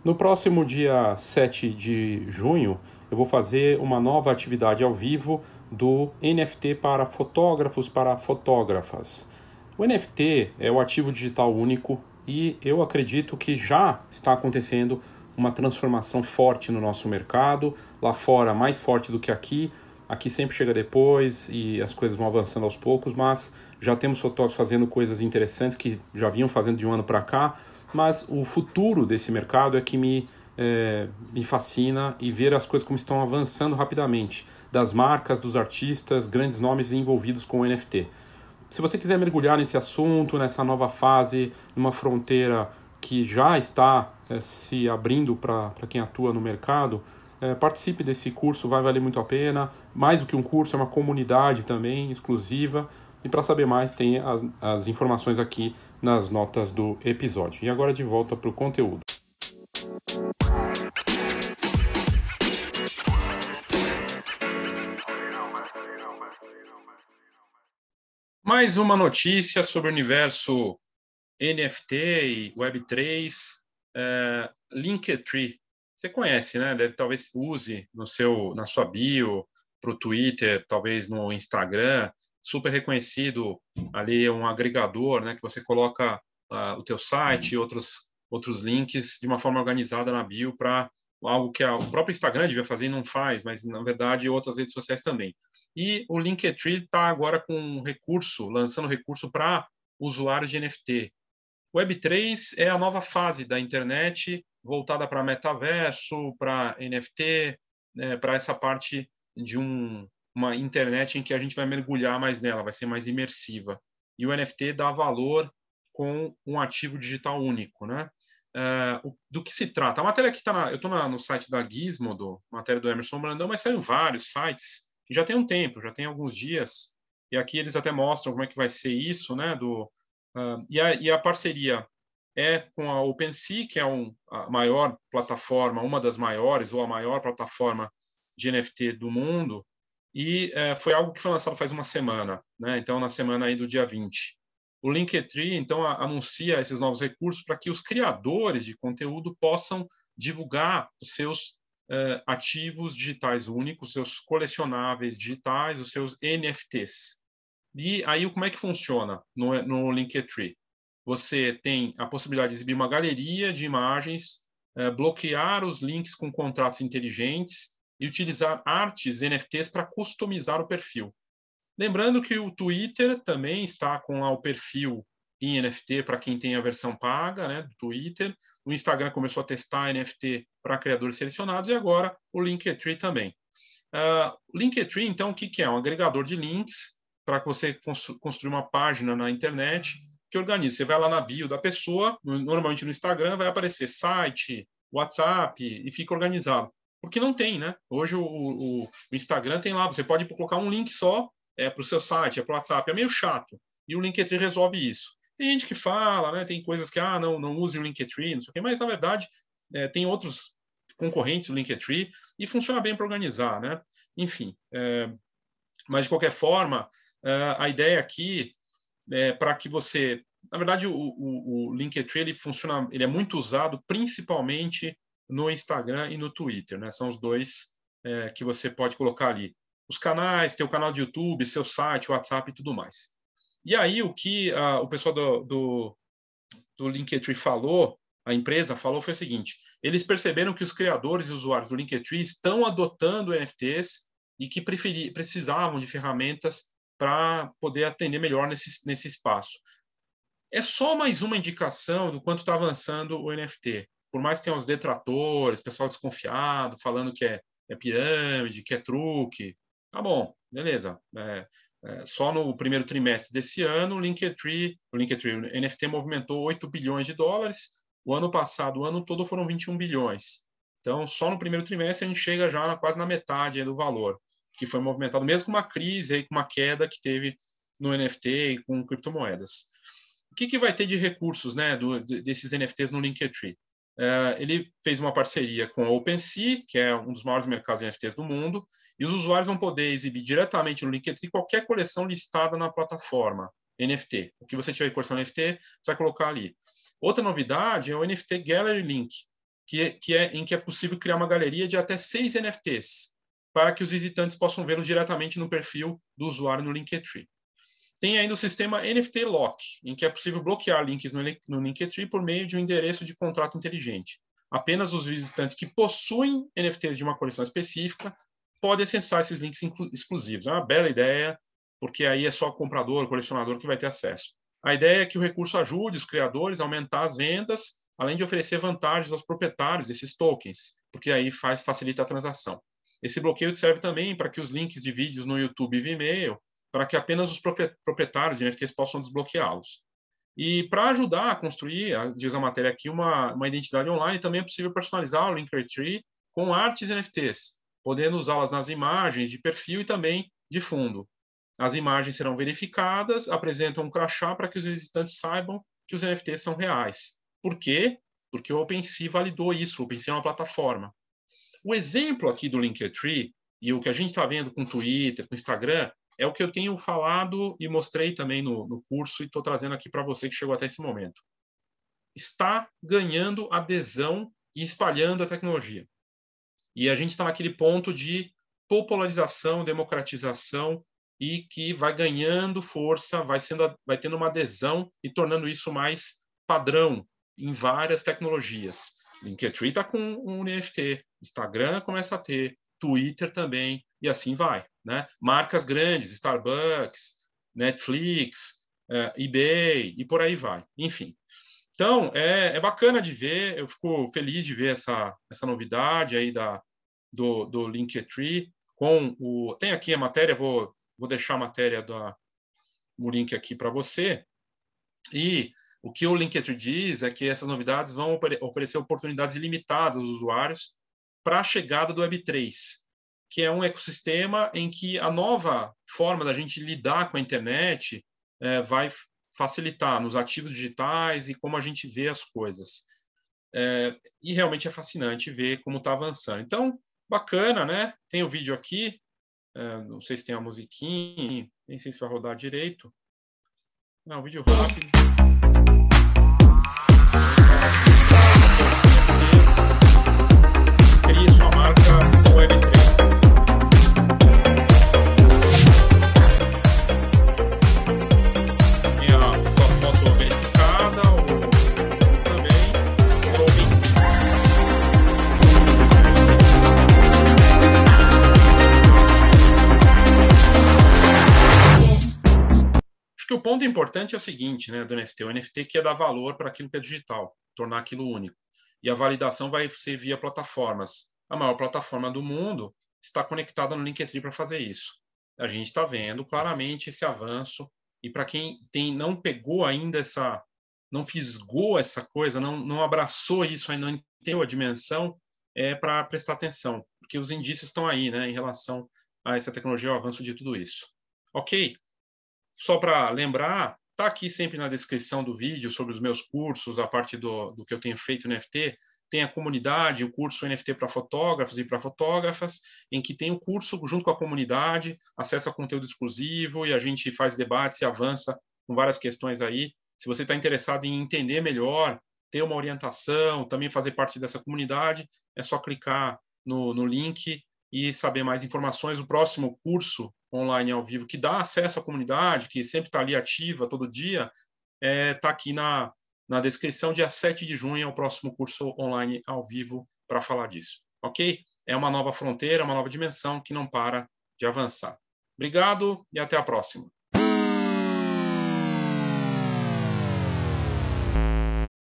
No próximo dia 7 de junho, eu vou fazer uma nova atividade ao vivo do NFT para fotógrafos, para fotógrafas. O NFT é o ativo digital único e eu acredito que já está acontecendo uma transformação forte no nosso mercado, lá fora mais forte do que aqui. Aqui sempre chega depois e as coisas vão avançando aos poucos, mas já temos fotógrafos fazendo coisas interessantes que já vinham fazendo de um ano para cá, mas o futuro desse mercado é que me fascina e ver as coisas como estão avançando rapidamente, das marcas, dos artistas, grandes nomes envolvidos com o NFT. Se você quiser mergulhar nesse assunto, nessa nova fase, numa fronteira que já está se abrindo para quem atua no mercado, participe desse curso, vai valer muito a pena. Mais do que um curso, é uma comunidade também exclusiva. E para saber mais, tem as informações aqui nas notas do episódio. E agora de volta para o conteúdo. Mais uma notícia sobre o universo NFT e Web3, Linktree. Você conhece, né? Deve talvez use na sua bio, para o Twitter, talvez no Instagram, super reconhecido ali, um agregador, né? Que você coloca o teu site e outros links de uma forma organizada na bio para algo que o próprio Instagram devia fazer e não faz, mas na verdade outras redes sociais também. E o Linktree está agora com um recurso, lançando recurso para usuários de NFT. Web3 é a nova fase da internet voltada para metaverso, para NFT, né, para essa parte de uma internet em que a gente vai mergulhar mais nela, vai ser mais imersiva. E o NFT dá valor com um ativo digital único, né? Do que se trata? A matéria que está eu estou no site da Gizmodo, matéria do Emerson Brandão, mas saiu vários sites que já tem um tempo, já tem alguns dias, e aqui eles até mostram como é que vai ser isso, né? E a parceria é com a OpenSea, que é a maior plataforma, uma das maiores, ou a maior plataforma de NFT do mundo, e foi algo que foi lançado faz uma semana, né? Então, na semana aí do dia 20. O Linktree, então, anuncia esses novos recursos para que os criadores de conteúdo possam divulgar os seus ativos digitais únicos, seus colecionáveis digitais, os seus NFTs. E aí, como é que funciona no Linktree? Você tem a possibilidade de exibir uma galeria de imagens, bloquear os links com contratos inteligentes e utilizar artes NFTs para customizar o perfil. Lembrando que o Twitter também está com lá o perfil em NFT para quem tem a versão paga, né, do Twitter. O Instagram começou a testar NFT para criadores selecionados e agora o Linktree também. O Linktree, então, o que é? Um agregador de links para que você construir uma página na internet que organiza. Você vai lá na bio da pessoa, normalmente no Instagram, vai aparecer site, WhatsApp, e fica organizado. Porque não tem, né? Hoje o Instagram tem lá, você pode colocar um link só para o seu site, para o WhatsApp. É meio chato. E o Linktree resolve isso. Tem gente que fala, né? Tem coisas que, não use o Linktree, não sei o quê, mas na verdade tem outros concorrentes do Linktree e funciona bem para organizar, né? Enfim, mas de qualquer forma, a ideia aqui é para que você, na verdade, o Linktree ele funciona, ele é muito usado principalmente no Instagram e no Twitter, né? São os dois que você pode colocar ali. Os canais, tem o canal de YouTube, seu site, WhatsApp e tudo mais. E aí o que o pessoal do Linktree falou, a empresa falou, foi o seguinte: eles perceberam que os criadores e usuários do Linktree estão adotando NFTs e que precisavam de ferramentas para poder atender melhor nesse espaço. É só mais uma indicação do quanto está avançando o NFT. Por mais que tenha os detratores, pessoal desconfiado, falando que é pirâmide, que é truque. Tá bom, beleza. Só no primeiro trimestre desse ano, o NFT movimentou 8 bilhões de dólares. O ano passado, o ano todo, foram 21 bilhões. Então, só no primeiro trimestre, a gente chega já quase na metade do valor que foi movimentado, mesmo com uma crise, aí, com uma queda que teve no NFT e com criptomoedas. O que vai ter de recursos, né, desses NFTs no Linktree? Ele fez uma parceria com a OpenSea, que é um dos maiores mercados de NFTs do mundo, e os usuários vão poder exibir diretamente no Linktree qualquer coleção listada na plataforma NFT. O que você tiver em coleção NFT, você vai colocar ali. Outra novidade é o NFT Gallery Link. em que é possível criar uma galeria de até 6 NFTs, para que os visitantes possam vê-los diretamente no perfil do usuário no Linktree. Tem ainda o sistema NFT Lock, em que é possível bloquear links no Linktree por meio de um endereço de contrato inteligente. Apenas os visitantes que possuem NFTs de uma coleção específica podem acessar esses links exclusivos. É uma bela ideia, porque aí é só o comprador, o colecionador que vai ter acesso. A ideia é que o recurso ajude os criadores a aumentar as vendas, além de oferecer vantagens aos proprietários desses tokens, porque aí facilita a transação. Esse bloqueio serve também para que os links de vídeos no YouTube e Vimeo, para que apenas os proprietários de NFTs possam desbloqueá-los. E para ajudar a construir, diz a matéria aqui, uma identidade online, também é possível personalizar o Linktree com artes NFTs, podendo usá-las nas imagens de perfil e também de fundo. As imagens serão verificadas, apresentam um crachá para que os visitantes saibam que os NFTs são reais. Por quê? Porque o OpenSea validou isso, o OpenSea é uma plataforma. O exemplo aqui do Linktree, e o que a gente está vendo com o Twitter, com o Instagram, é o que eu tenho falado e mostrei também no curso e estou trazendo aqui para você que chegou até esse momento. Está ganhando adesão e espalhando a tecnologia. E a gente está naquele ponto de popularização, democratização, e que vai ganhando força, vai tendo uma adesão e tornando isso mais padrão em várias tecnologias. Linktree está com um NFT, Instagram começa a ter, Twitter também, e assim vai. Né? Marcas grandes, Starbucks, Netflix, eBay, e por aí vai. Enfim. Então, é bacana de ver, eu fico feliz de ver essa novidade aí do Linktree. Tem aqui a matéria, vou deixar a matéria do link aqui para você. E o que o Linktree diz é que essas novidades vão oferecer oportunidades ilimitadas aos usuários para a chegada do Web3, que é um ecossistema em que a nova forma da gente lidar com a internet vai facilitar nos ativos digitais e como a gente vê as coisas. E realmente é fascinante ver como está avançando. Então, bacana, né? Tem o vídeo aqui, não sei se tem a musiquinha, nem sei se vai rodar direito. Não, um vídeo rápido. Crie sua marca no Web3. Tem a sua foto verificada, ou também o OpenSea. Acho que o ponto importante é o seguinte, né, do NFT. O NFT quer dar valor para aquilo que é digital, tornar aquilo único. E a validação vai ser via plataformas. A maior plataforma do mundo está conectada no Linktree para fazer isso. A gente está vendo claramente esse avanço. E para quem não pegou ainda não fisgou essa coisa, não abraçou isso, ainda não entendeu a dimensão, para prestar atenção. Porque os indícios estão aí, né, em relação a essa tecnologia, o avanço de tudo isso. Ok? Só para lembrar, está aqui sempre na descrição do vídeo sobre os meus cursos, a parte do que eu tenho feito no NFT. Tem a comunidade, o curso NFT para fotógrafos e para fotógrafas, em que tem o curso junto com a comunidade, acesso a conteúdo exclusivo e a gente faz debates e avança com várias questões aí. Se você está interessado em entender melhor, ter uma orientação, também fazer parte dessa comunidade, é só clicar no link e saber mais informações. O próximo curso online ao vivo, que dá acesso à comunidade, que sempre está ali ativa todo dia, está aqui na descrição. Dia 7 de junho é o próximo curso online ao vivo para falar disso. Ok? É uma nova fronteira, uma nova dimensão que não para de avançar. Obrigado e até a próxima.